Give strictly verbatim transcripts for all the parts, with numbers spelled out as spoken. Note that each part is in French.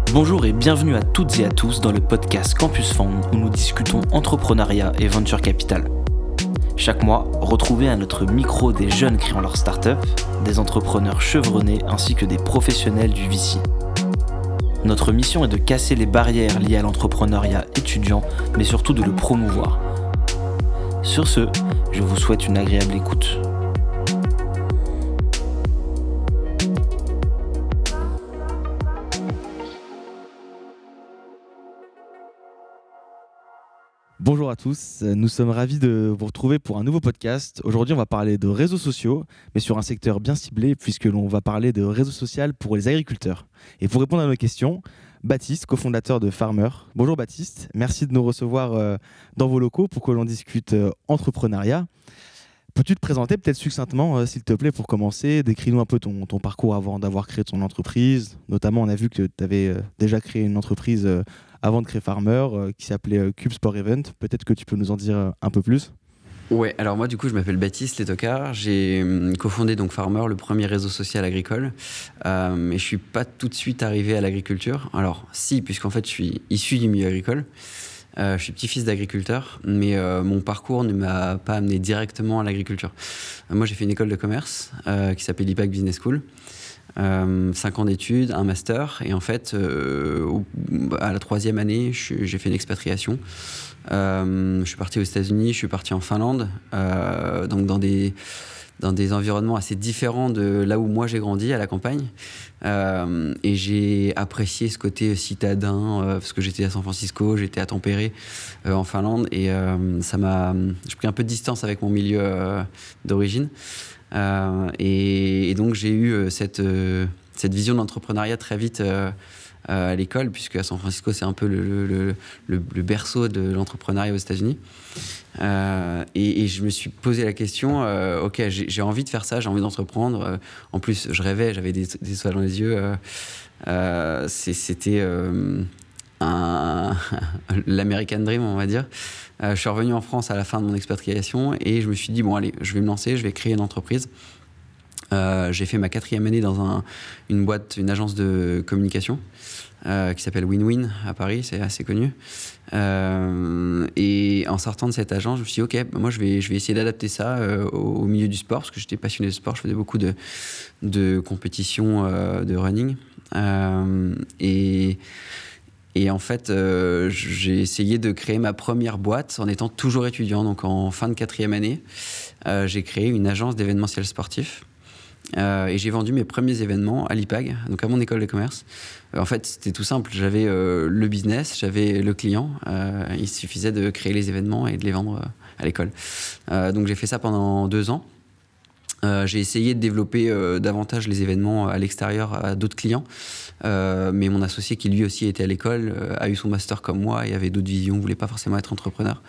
Bonjour et bienvenue à toutes et à tous dans le podcast Campus Fund où nous discutons entrepreneuriat et venture capital. Chaque mois, retrouvez à notre micro des jeunes créant leur start-up, des entrepreneurs chevronnés ainsi que des professionnels du V C. Notre mission est de casser les barrières liées à l'entrepreneuriat étudiant, mais surtout de le promouvoir. Sur ce, je vous souhaite une agréable écoute. Bonjour à tous, nous sommes ravis de vous retrouver pour un nouveau podcast. Aujourd'hui, on va parler de réseaux sociaux, mais sur un secteur bien ciblé, puisque l'on va parler de réseaux sociaux pour les agriculteurs. Et pour répondre à nos questions, Baptiste, cofondateur de Farmer. Bonjour Baptiste, merci de nous recevoir euh, dans vos locaux pour que l'on discute euh, entrepreneuriat. Peux-tu te présenter peut-être succinctement, euh, s'il te plaît, pour commencer? Décris-nous un peu ton, ton parcours avant d'avoir créé ton entreprise. Notamment, on a vu que tu avais euh, déjà créé une entreprise euh, avant de créer Farmer, euh, qui s'appelait euh, Cube Sport Event. Peut-être que tu peux nous en dire euh, un peu plus. Ouais, alors moi du coup je m'appelle Baptiste Letocard, j'ai hum, cofondé donc Farmer, le premier réseau social agricole, euh, mais je suis pas tout de suite arrivé à l'agriculture. Alors si, puisqu'en fait je suis issu du milieu agricole, euh, je suis petit-fils d'agriculteur, mais euh, mon parcours ne m'a pas amené directement à l'agriculture. Euh, moi j'ai fait une école de commerce euh, qui s'appelle l'I P A C Business School. Euh, cinq ans d'études, un master, et en fait, euh, au, à la troisième année, je, j'ai fait une expatriation. Euh, je suis parti aux États-Unis, je suis parti en Finlande, euh, donc dans des, dans des environnements assez différents de là où moi j'ai grandi, à la campagne. Euh, et j'ai apprécié ce côté citadin, euh, parce que j'étais à San Francisco, j'étais à Tampere, euh, en Finlande, et euh, ça m'a, j'ai pris un peu de distance avec mon milieu euh, d'origine. Euh, et, et donc j'ai eu euh, cette, euh, cette vision d'entrepreneuriat très vite euh, euh, à l'école, puisque à San Francisco c'est un peu le, le, le, le berceau de l'entrepreneuriat aux États-Unis. Euh, et, et je me suis posé la question, euh, ok, j'ai, j'ai envie de faire ça, j'ai envie d'entreprendre. Euh, en plus, je rêvais, j'avais des, des étoiles dans les yeux. Euh, euh, c'est, c'était euh, un, l'American Dream, on va dire. Euh, je suis revenu en France à la fin de mon expatriation et je me suis dit, bon allez, je vais me lancer, je vais créer une entreprise. Euh, j'ai fait ma quatrième année dans un, une boîte, une agence de communication euh, qui s'appelle Win-Win à Paris, c'est assez connu. Euh, et en sortant de cette agence, je me suis dit, ok, bah moi je vais, je vais essayer d'adapter ça euh, au, au milieu du sport, parce que j'étais passionné de sport, je faisais beaucoup de, de compétitions euh, de running. Euh, et... Et en fait, euh, j'ai essayé de créer ma première boîte en étant toujours étudiant. Donc en fin de quatrième année, euh, j'ai créé une agence d'événementiel sportif. Euh, et j'ai vendu mes premiers événements à l'I P A C, donc à mon école de commerce. Euh, en fait, c'était tout simple. J'avais euh, le business, j'avais le client. Euh, il suffisait de créer les événements et de les vendre euh, à l'école. Euh, donc j'ai fait ça pendant deux ans. Euh, j'ai essayé de développer euh, davantage les événements à l'extérieur à d'autres clients, euh, mais mon associé qui lui aussi était à l'école euh, a eu son master comme moi et avait d'autres visions, voulait pas forcément être entrepreneur.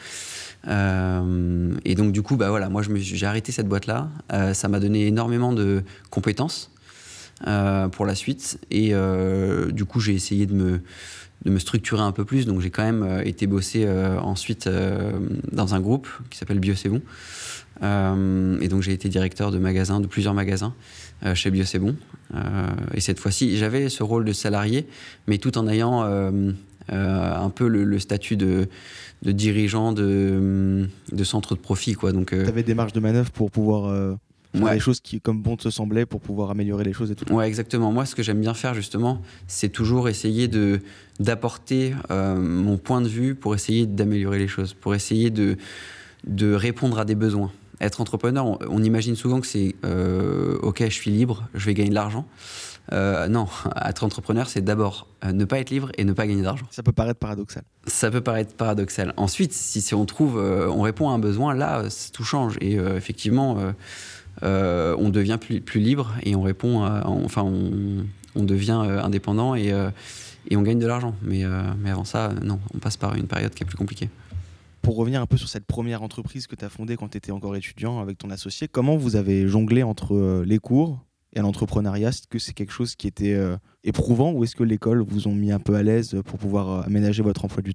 Euh, et donc du coup, bah voilà, moi je me, j'ai arrêté cette boîte-là. Euh, ça m'a donné énormément de compétences euh, pour la suite, et euh, du coup j'ai essayé de me de me structurer un peu plus. Donc j'ai quand même euh, été bosser euh, ensuite euh, dans un groupe qui s'appelle Bio C'est Bon. Euh, et donc j'ai été directeur de magasin, de plusieurs magasins euh, chez Bio C'est Bon. Euh, et cette fois-ci, j'avais ce rôle de salarié, mais tout en ayant euh, euh, un peu le, le statut de, de dirigeant de, de centre de profit, quoi. Donc, euh, tu avais des marges de manœuvre pour pouvoir euh, faire ouais. les choses qui, comme bon te semblait, pour pouvoir améliorer les choses et tout. Ouais, exactement. Moi, ce que j'aime bien faire, justement, c'est toujours essayer de, d'apporter euh, mon point de vue pour essayer d'améliorer les choses, pour essayer de, de répondre à des besoins. Être entrepreneur, on, on imagine souvent que c'est euh, ok, je suis libre, je vais gagner de l'argent. Euh, non, être entrepreneur, c'est d'abord euh, ne pas être libre et ne pas gagner d'argent. Ça peut paraître paradoxal. Ça peut paraître paradoxal. Ensuite, si, si on trouve, euh, on répond à un besoin, là, tout change. Et euh, effectivement, euh, euh, on devient plus, plus libre et on répond, à, on, enfin, on, on devient euh, indépendant et, euh, et on gagne de l'argent. Mais, euh, mais avant ça, euh, non, on passe par une période qui est plus compliquée. Pour revenir un peu sur cette première entreprise que tu as fondée quand tu étais encore étudiant avec ton associé, comment vous avez jonglé entre euh, les cours et l'entrepreneuriat? Est-ce que c'est quelque chose qui était euh, éprouvant, ou est-ce que l'école vous ont mis un peu à l'aise pour pouvoir euh, aménager votre emploi du temps?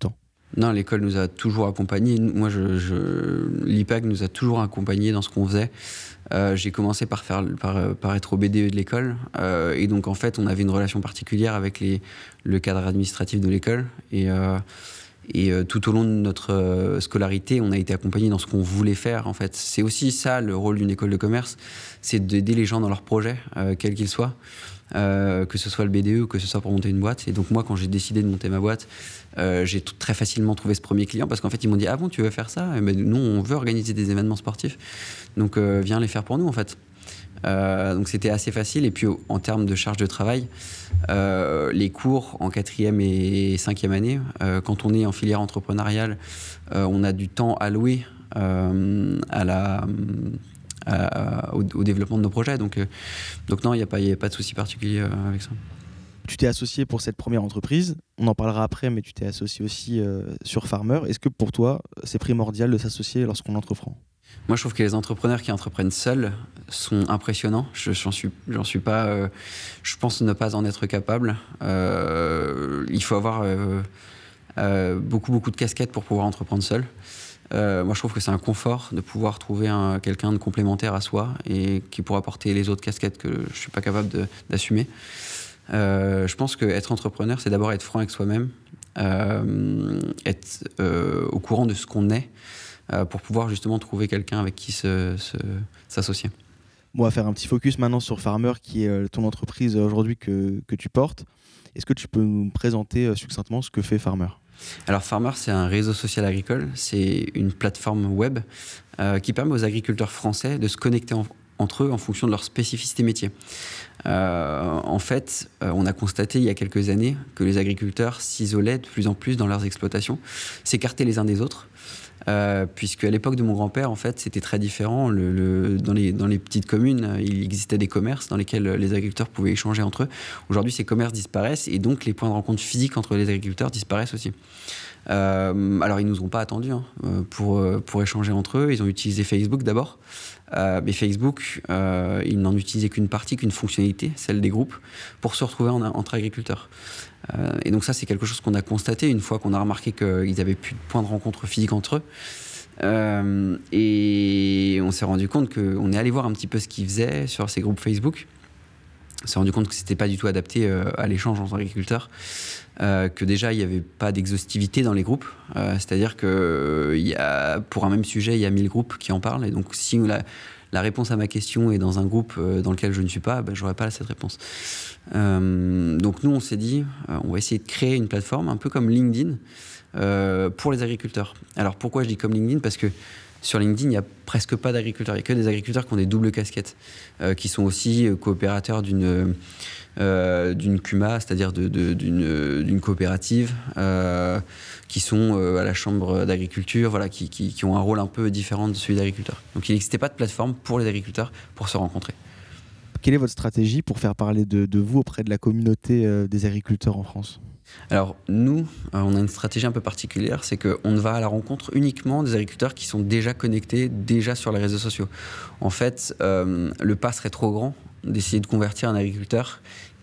Non, l'école nous a toujours accompagnés. Moi, je, je, l'I P A C nous a toujours accompagnés dans ce qu'on faisait. Euh, j'ai commencé par, faire, par, par être au B D E de l'école. Euh, et donc, en fait, on avait une relation particulière avec les, le cadre administratif de l'école. Et, euh, et euh, tout au long de notre euh, scolarité, on a été accompagnés dans ce qu'on voulait faire, en fait. C'est aussi ça, le rôle d'une école de commerce. C'est d'aider les gens dans leurs projets, euh, quels qu'ils soient. Euh, que ce soit le B D E ou que ce soit pour monter une boîte. Et donc moi, quand j'ai décidé de monter ma boîte, euh, j'ai t- très facilement trouvé ce premier client parce qu'en fait, ils m'ont dit « Ah bon, tu veux faire ça ?» Et ben, nous, on veut organiser des événements sportifs. Donc euh, viens les faire pour nous, en fait. Euh, donc c'était assez facile. Et puis en termes de charge de travail, euh, les cours en quatrième et cinquième année, euh, quand on est en filière entrepreneuriale, euh, on a du temps alloué euh, à la... À, au, au développement de nos projets. Donc, euh, donc non, il n'y a, a pas de souci particulier euh, avec ça. Tu t'es associé pour cette première entreprise. On en parlera après, mais tu t'es associé aussi euh, sur Farmer. Est-ce que pour toi, c'est primordial de s'associer lorsqu'on entreprend ? Moi, je trouve que les entrepreneurs qui entreprennent seuls sont impressionnants. Je, j'en suis, j'en suis pas... Euh, je pense ne pas en être capable. Euh, il faut avoir euh, euh, beaucoup, beaucoup de casquettes pour pouvoir entreprendre seul. Euh, moi, je trouve que c'est un confort de pouvoir trouver un, quelqu'un de complémentaire à soi et qui pourra porter les autres casquettes que je ne suis pas capable de, d'assumer. Euh, je pense qu'être entrepreneur, c'est d'abord être franc avec soi-même, euh, être euh, au courant de ce qu'on est euh, pour pouvoir justement trouver quelqu'un avec qui se, se, s'associer. Bon, on va faire un petit focus maintenant sur Farmer, qui est ton entreprise aujourd'hui que, que tu portes. Est-ce que tu peux nous présenter succinctement ce que fait Farmer ? Alors Farmer, c'est un réseau social agricole, c'est une plateforme web euh, qui permet aux agriculteurs français de se connecter en, entre eux en fonction de leur spécificité métier. Euh, en fait, euh, on a constaté il y a quelques années que les agriculteurs s'isolaient de plus en plus dans leurs exploitations, s'écartaient les uns des autres. Euh, puisque à l'époque de mon grand-père, en fait, c'était très différent. Le, le, dans, les, dans les petites communes, il existait des commerces dans lesquels les agriculteurs pouvaient échanger entre eux. Aujourd'hui, ces commerces disparaissent et donc les points de rencontre physiques entre les agriculteurs disparaissent aussi. Euh, alors, ils ne nous ont pas attendus hein, pour, pour échanger entre eux. Ils ont utilisé Facebook d'abord. Euh, mais Facebook, euh, ils n'en utilisaient qu'une partie, qu'une fonctionnalité, celle des groupes, pour se retrouver en, entre agriculteurs. Euh, et donc ça, c'est quelque chose qu'on a constaté une fois qu'on a remarqué qu'ils n'avaient plus de points de rencontre physiques entre eux. Euh, et on s'est rendu compte qu'on est allé voir un petit peu ce qu'ils faisaient sur ces groupes Facebook. On s'est rendu compte que ce n'était pas du tout adapté euh, à l'échange entre agriculteurs. Euh, que déjà, il n'y avait pas d'exhaustivité dans les groupes. Euh, c'est-à-dire que euh, y a, pour un même sujet, il y a mille groupes qui en parlent. Et donc, si la, la réponse à ma question est dans un groupe euh, dans lequel je ne suis pas, ben, je n'aurai pas cette réponse. Euh, donc, nous, on s'est dit, euh, on va essayer de créer une plateforme un peu comme LinkedIn euh, pour les agriculteurs. Alors, pourquoi je dis comme LinkedIn ? Parce que sur LinkedIn, il n'y a presque pas d'agriculteurs. Il n'y a que des agriculteurs qui ont des doubles casquettes, euh, qui sont aussi euh, coopérateurs d'une... Euh, d'une C U M A, c'est-à-dire de, de, d'une, d'une coopérative, euh, qui sont euh, à la chambre d'agriculture, voilà, qui, qui, qui ont un rôle un peu différent de celui d'agriculteur. Donc il n'existait pas de plateforme pour les agriculteurs pour se rencontrer. Quelle est votre stratégie pour faire parler de, de vous auprès de la communauté euh, des agriculteurs en France ? Alors nous, euh, on a une stratégie un peu particulière, c'est qu'on ne va à la rencontre uniquement des agriculteurs qui sont déjà connectés, déjà sur les réseaux sociaux. En fait, euh, le pas serait trop grand d'essayer de convertir un agriculteur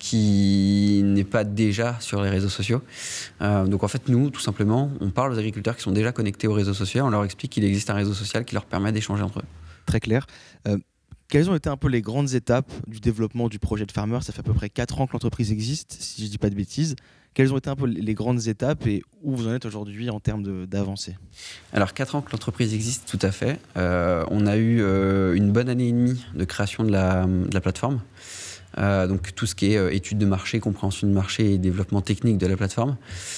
qui n'est pas déjà sur les réseaux sociaux. Euh, donc en fait, nous, tout simplement, on parle aux agriculteurs qui sont déjà connectés aux réseaux sociaux, on leur explique qu'il existe un réseau social qui leur permet d'échanger entre eux. Très clair. Euh, quelles ont été un peu les grandes étapes du développement du projet de Farmer ? Ça fait à peu près quatre ans que l'entreprise existe, si je ne dis pas de bêtises. Quelles ont été un peu les grandes étapes et où vous en êtes aujourd'hui en termes de, d'avancée ? Alors, quatre ans que l'entreprise existe, tout à fait. Euh, on a eu euh, une bonne année et demie de création de la, de la plateforme. Euh, donc, tout ce qui est euh, études de marché, compréhension du marché et développement technique de la plateforme.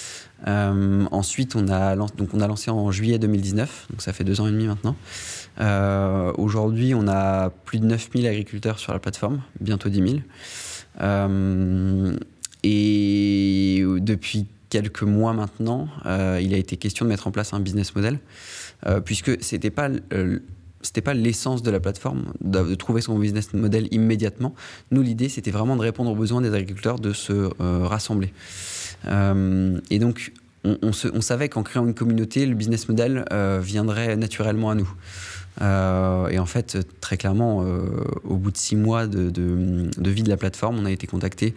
Euh, ensuite, on a, donc on a lancé en juillet deux mille dix-neuf, donc ça fait deux ans et demi maintenant. Euh, aujourd'hui, on a plus de neuf mille agriculteurs sur la plateforme, bientôt dix mille. Euh, et depuis quelques mois maintenant, euh, il a été question de mettre en place un business model, euh, puisque c'était pas euh, c'était pas l'essence de la plateforme de, de trouver son business model immédiatement. Nous, l'idée, c'était vraiment de répondre aux besoins des agriculteurs de se euh, rassembler. Euh, et donc, on, on, se, on savait qu'en créant une communauté, le business model euh, viendrait naturellement à nous. Euh, et en fait, très clairement, euh, au bout de six mois de, de, de vie de la plateforme, on a été contacté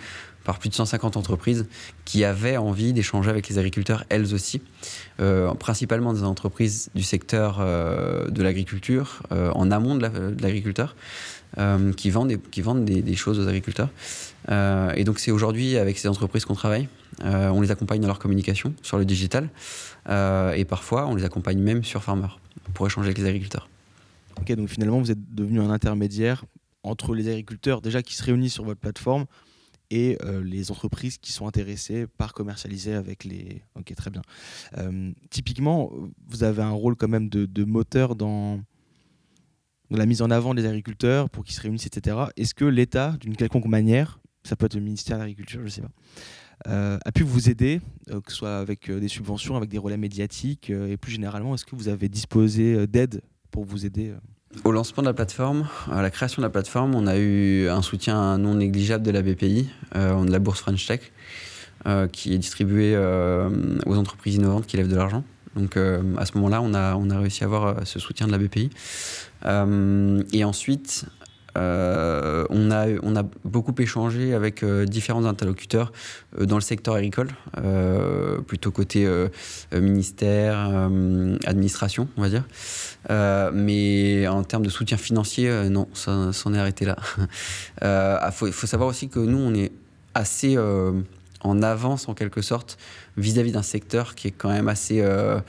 par plus de cent cinquante entreprises qui avaient envie d'échanger avec les agriculteurs, elles aussi, euh, principalement des entreprises du secteur euh, de l'agriculture, euh, en amont de, la, de l'agriculteur, euh, qui vendent, des, qui vendent des, des choses aux agriculteurs. Euh, et donc c'est aujourd'hui avec ces entreprises qu'on travaille. Euh, on les accompagne dans leur communication sur le digital euh, et parfois on les accompagne même sur Farmer pour échanger avec les agriculteurs. Ok, donc finalement vous êtes devenu un intermédiaire entre les agriculteurs déjà qui se réunissent sur votre plateforme et euh, les entreprises qui sont intéressées par commercialiser avec les... Ok, très bien. Euh, typiquement, vous avez un rôle quand même de, de moteur dans... dans la mise en avant des agriculteurs pour qu'ils se réunissent, et cetera. Est-ce que l'État, d'une quelconque manière, ça peut être le ministère de l'Agriculture, je ne sais pas, euh, a pu vous aider, euh, que ce soit avec euh, des subventions, avec des relais médiatiques, euh, et plus généralement, est-ce que vous avez disposé euh, d'aide pour vous aider euh Au lancement de la plateforme, à la création de la plateforme, on a eu un soutien non négligeable de la B P I, euh, de la bourse French Tech, euh, qui est distribuée euh, aux entreprises innovantes qui lèvent de l'argent. Donc euh, à ce moment-là, on a, on a réussi à avoir ce soutien de la B P I. Euh, et ensuite, euh, on, a, on a beaucoup échangé avec euh, différents interlocuteurs euh, dans le secteur agricole, euh, plutôt côté euh, ministère, euh, administration, on va dire. Euh, mais en termes de soutien financier, euh, non, ça s'en est arrêté là. Il euh, faut, faut savoir aussi que nous, on est assez... Euh, en avance en quelque sorte vis-à-vis d'un secteur qui est quand même assez euh,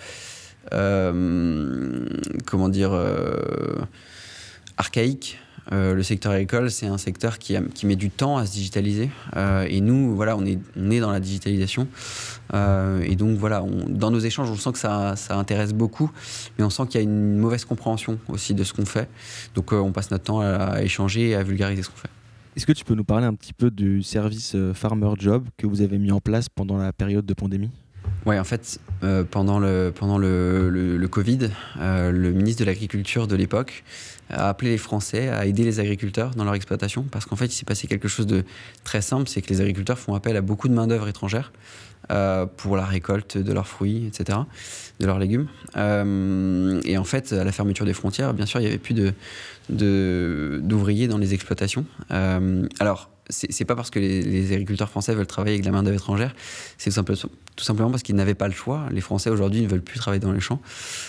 euh, comment dire euh, archaïque. Euh, le secteur agricole, c'est un secteur qui, a, qui met du temps à se digitaliser euh, et nous voilà on est, on est dans la digitalisation euh, et donc voilà on, dans nos échanges on sent que ça, ça intéresse beaucoup, mais on sent qu'il y a une mauvaise compréhension aussi de ce qu'on fait, donc euh, on passe notre temps à, à échanger et à vulgariser ce qu'on fait. Est-ce que tu peux nous parler un petit peu du service euh, Farmer Job que vous avez mis en place pendant la période de pandémie ? Oui, en fait, euh, pendant, le, pendant le, le, le Covid, euh, le ministre de l'Agriculture de l'époque a appelé les Français à aider les agriculteurs dans leur exploitation, parce qu'en fait, il s'est passé quelque chose de très simple, c'est que les agriculteurs font appel à beaucoup de main-d'œuvre étrangère euh, pour la récolte de leurs fruits, et cetera, de leurs légumes. Euh, et en fait, à la fermeture des frontières, bien sûr, il n'y avait plus de, de, d'ouvriers dans les exploitations. Euh, alors, c'est, c'est pas parce que les, les agriculteurs français veulent travailler avec de la main-d'œuvre étrangère, c'est tout simplement, tout simplement parce qu'ils n'avaient pas le choix. Les Français aujourd'hui ne veulent plus travailler dans les champs.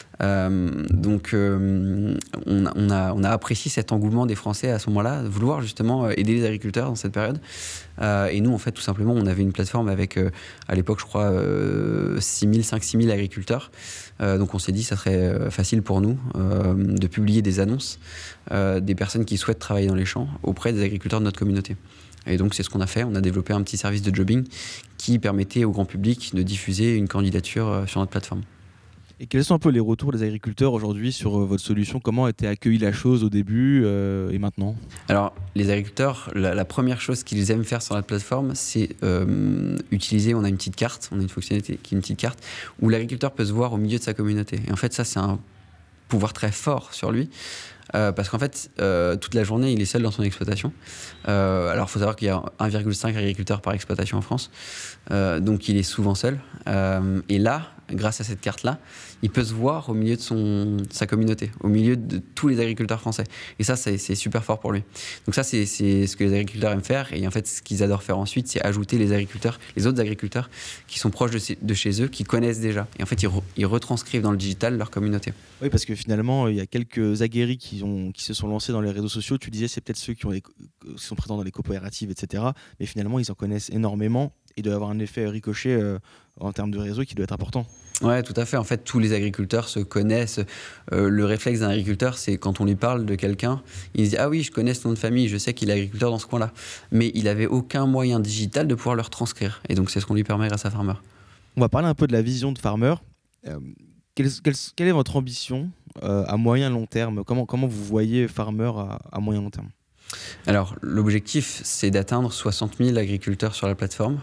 Euh, donc, euh, on, a, on, a, on a apprécié cet engouement des Français à ce moment-là, de vouloir justement aider les agriculteurs dans cette période. Euh, et nous, en fait, tout simplement, on avait une plateforme avec, euh, à l'époque, je crois, euh, six mille, cinq six mille agriculteurs. Euh, donc, on s'est dit, ça serait facile pour nous euh, de publier des annonces euh, des personnes qui souhaitent travailler dans les champs auprès des agriculteurs de notre communauté. Et donc, c'est ce qu'on a fait. On a développé un petit service de jobbing qui permettait au grand public de diffuser une candidature sur notre plateforme. Et quels sont un peu les retours des agriculteurs aujourd'hui sur euh, votre solution ? Comment a été accueillie la chose au début euh, et maintenant ? Alors, les agriculteurs, la, la première chose qu'ils aiment faire sur notre plateforme, c'est euh, utiliser, on a une petite carte, on a une fonctionnalité qui est une petite carte, où l'agriculteur peut se voir au milieu de sa communauté. Et en fait, ça, c'est un pouvoir très fort sur lui. Euh, parce qu'en fait, euh, toute la journée, il est seul dans son exploitation. Euh, alors, il faut savoir qu'il y a un virgule cinq agriculteurs par exploitation en France. Euh, donc, il est souvent seul. Euh, et là, grâce à cette carte-là, il peut se voir au milieu de, son, de sa communauté, au milieu de tous les agriculteurs français. Et ça, c'est, c'est super fort pour lui. Donc ça, c'est, c'est ce que les agriculteurs aiment faire. Et en fait, ce qu'ils adorent faire ensuite, c'est ajouter les agriculteurs, les autres agriculteurs qui sont proches de, de chez eux, qui connaissent déjà. Et en fait, ils, re, ils retranscrivent dans le digital leur communauté. Oui, parce que finalement, il y a quelques aguerris qui, ont, qui se sont lancés dans les réseaux sociaux. Tu disais, c'est peut-être ceux qui, ont les, qui sont présents dans les coopératives, et cetera. Mais finalement, ils en connaissent énormément. Il doit y avoir un effet ricochet euh, en termes de réseau qui doit être important. Ouais, tout à fait. En fait, tous les agriculteurs se connaissent. Euh, le réflexe d'un agriculteur, c'est quand on lui parle de quelqu'un, il se dit « Ah oui, je connais son nom de famille, je sais qu'il est agriculteur dans ce coin-là. » Mais il n'avait aucun moyen digital de pouvoir le retranscrire. Et donc, c'est ce qu'on lui permet grâce à Farmer. On va parler un peu de la vision de Farmer. Euh, quelle, quelle, quelle est votre ambition euh, à moyen long terme ? Comment, comment vous voyez Farmer à, à moyen long terme ? Alors, l'objectif, c'est d'atteindre soixante mille agriculteurs sur la plateforme.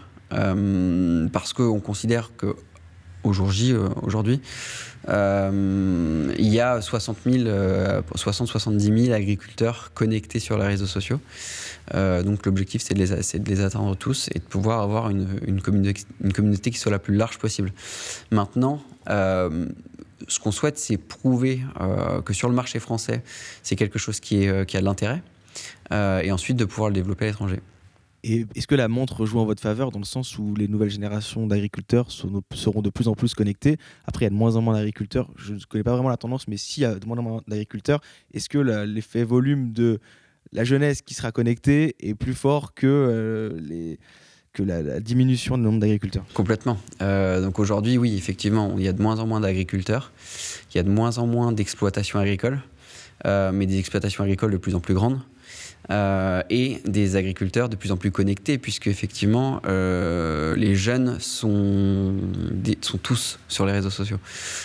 Euh, parce qu'on considère que au jour J, euh, aujourd'hui, euh, il y a soixante mille, euh, soixante à soixante-dix mille agriculteurs connectés sur les réseaux sociaux. Euh, donc l'objectif, c'est de, les, c'est de les atteindre tous et de pouvoir avoir une, une, communauté, une communauté qui soit la plus large possible. Maintenant, euh, ce qu'on souhaite, c'est prouver euh, que sur le marché français, c'est quelque chose qui, est, qui a de l'intérêt, euh, et ensuite de pouvoir le développer à l'étranger. Et est-ce que la montre joue en votre faveur dans le sens où les nouvelles générations d'agriculteurs sont- seront de plus en plus connectées? Après, il y a de moins en moins d'agriculteurs. Je ne connais pas vraiment la tendance, mais s'il y a de moins en moins d'agriculteurs, est-ce que la- l'effet volume de la jeunesse qui sera connectée est plus fort que, euh, les, que la, la diminution du nombre d'agriculteurs? Complètement. Euh, donc aujourd'hui, oui, effectivement, il y a de moins en moins d'agriculteurs, il y a de moins en moins d'exploitations agricoles, euh, mais des exploitations agricoles de plus en plus grandes. Euh, et des agriculteurs de plus en plus connectés, puisque effectivement euh, les jeunes sont, des, sont tous sur les réseaux sociaux.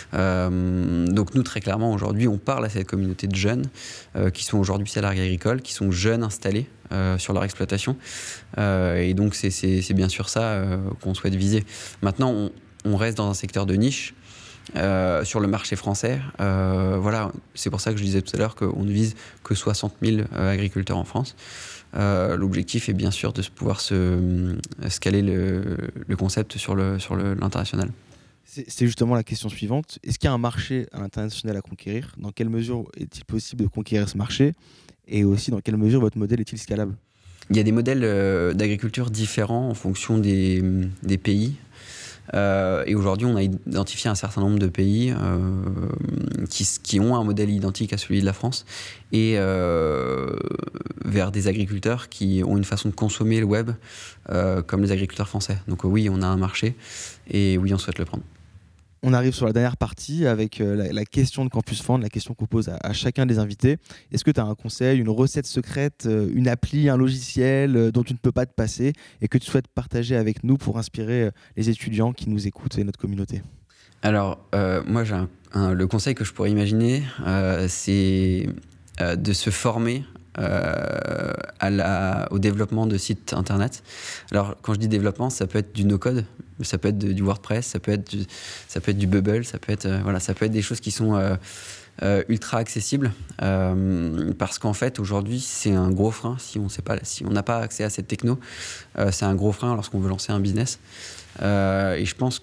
Euh, donc nous, très clairement, aujourd'hui, on parle à cette communauté de jeunes euh, qui sont aujourd'hui salariés agricoles, qui sont jeunes installés euh, sur leur exploitation. Euh, et donc c'est, c'est, c'est bien sûr ça euh, qu'on souhaite viser. Maintenant, on, on reste dans un secteur de niche. Euh, sur le marché français, euh, voilà, c'est pour ça que je disais tout à l'heure qu'on ne vise que soixante mille euh, agriculteurs en France. Euh, l'objectif est bien sûr de pouvoir se euh, scaler le, le concept sur, le, sur le, l'international. C'est, c'est justement la question suivante. Est-ce qu'il y a un marché à l'international à conquérir? Dans quelle mesure est-il possible de conquérir ce marché? Et aussi, dans quelle mesure votre modèle est-il scalable? Il y a des modèles euh, d'agriculture différents en fonction des, des pays. Euh, et aujourd'hui, on a identifié un certain nombre de pays euh, qui, qui ont un modèle identique à celui de la France et euh, vers des agriculteurs qui ont une façon de consommer le web euh, comme les agriculteurs français. Donc oui, on a un marché et oui, on souhaite le prendre. On arrive sur la dernière partie avec euh, la, la question de Campus Fund, la question qu'on pose à, à chacun des invités. Est-ce que tu as un conseil, une recette secrète, euh, une appli, un logiciel euh, dont tu ne peux pas te passer et que tu souhaites partager avec nous pour inspirer euh, les étudiants qui nous écoutent et notre communauté? Alors, euh, moi, j'ai un, un, le conseil que je pourrais imaginer, euh, c'est euh, de se former Euh, à la, au développement de sites internet. Alors quand je dis développement, ça peut être du no-code, ça peut être de, du WordPress, ça peut être du, ça peut être du Bubble, ça peut être, euh, voilà, ça peut être des choses qui sont euh, euh, ultra accessibles euh, parce qu'en fait aujourd'hui c'est un gros frein si on sait pas, si on n'a pas accès à cette techno, euh, c'est un gros frein lorsqu'on veut lancer un business. Euh, et je pense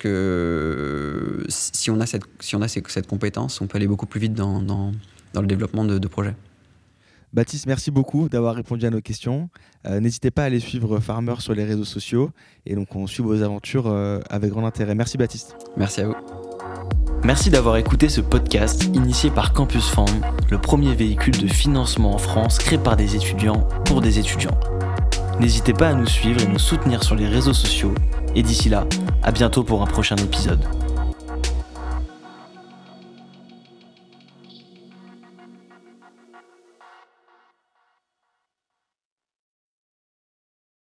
que si on a cette, si on a cette, cette compétence, on peut aller beaucoup plus vite dans, dans, dans le développement de, de projets. Baptiste, merci beaucoup d'avoir répondu à nos questions. Euh, n'hésitez pas à aller suivre Farmer sur les réseaux sociaux et donc on suit vos aventures euh, avec grand intérêt. Merci Baptiste. Merci à vous. Merci d'avoir écouté ce podcast initié par Campus Fund, le premier véhicule de financement en France créé par des étudiants pour des étudiants. N'hésitez pas à nous suivre et nous soutenir sur les réseaux sociaux. Et d'ici là, à bientôt pour un prochain épisode.